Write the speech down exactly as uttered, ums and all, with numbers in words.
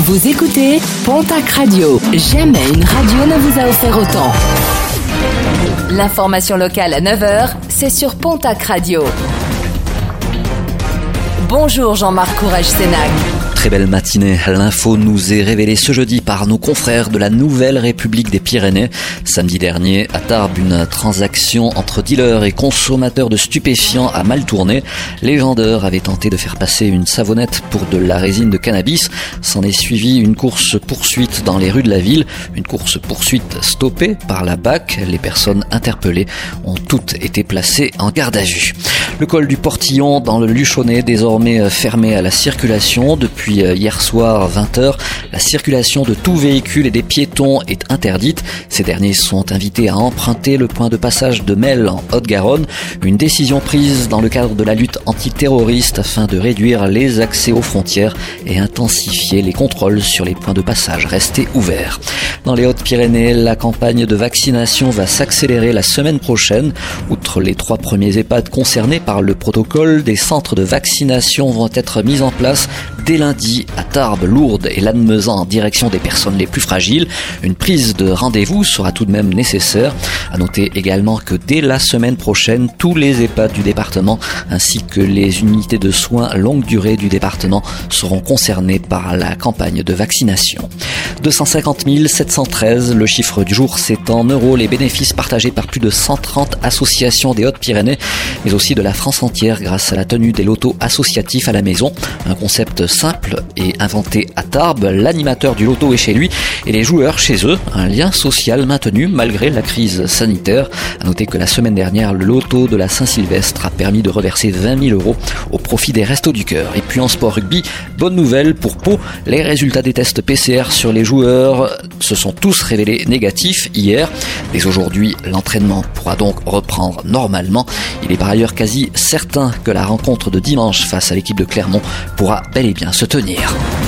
Vous écoutez Pontac Radio. Jamais une radio ne vous a offert autant. L'information locale à neuf heures, c'est sur Pontac Radio. Bonjour Jean-Marc Courage-Sénac. Très belle matinée. L'info nous est révélée ce jeudi par nos confrères de la Nouvelle République des Pyrénées. Samedi dernier, à Tarbes, une transaction entre dealers et consommateurs de stupéfiants a mal tourné. Les vendeurs avaient tenté de faire passer une savonnette pour de la résine de cannabis. S'en est suivi une course-poursuite dans les rues de la ville. Une course-poursuite stoppée par la B A C. Les personnes interpellées ont toutes été placées en garde à vue. Le col du Portillon dans le Luchonnet, désormais fermé à la circulation. Depuis hier soir vingt heures, la circulation de tout véhicule et des piétons est interdite. Ces derniers sont invités à emprunter le point de passage de Melle en Haute-Garonne. Une décision prise dans le cadre de la lutte antiterroriste afin de réduire les accès aux frontières et intensifier les contrôles sur les points de passage restés ouverts. Dans les Hautes-Pyrénées, la campagne de vaccination va s'accélérer la semaine prochaine. Outre les trois premiers EHPAD concernés par le protocole, des centres de vaccination vont être mis en place dès lundi à Tarbes, Lourdes et Lannemezan en direction des personnes les plus fragiles. Une prise de rendez-vous sera tout de même nécessaire. À noter également que dès la semaine prochaine, tous les EHPAD du département ainsi que les unités de soins longue durée du département seront concernés par la campagne de vaccination. deux cent cinquante mille sept cent treize, le chiffre du jour, c'est en euros les bénéfices partagés par plus de cent trente associations des Hautes-Pyrénées, mais aussi de la France entière grâce à la tenue des lotos associatifs à la maison. Un concept simple et inventé à Tarbes. L'animateur du loto est chez lui et les joueurs chez eux. Un lien social maintenu malgré la crise sanitaire. À noter que la semaine dernière, le loto de la Saint-Sylvestre a permis de reverser vingt mille euros au profit des Restos du Cœur. Et puis en sport rugby, bonne nouvelle pour Pau. Les résultats des tests P C R sur les joueurs se sont tous révélés négatifs hier. Dès aujourd'hui, l'entraînement pourra donc reprendre normalement. Il est par ailleurs quasi certain que la rencontre de dimanche face à l'équipe de Clermont pourra bel et bien se tenir.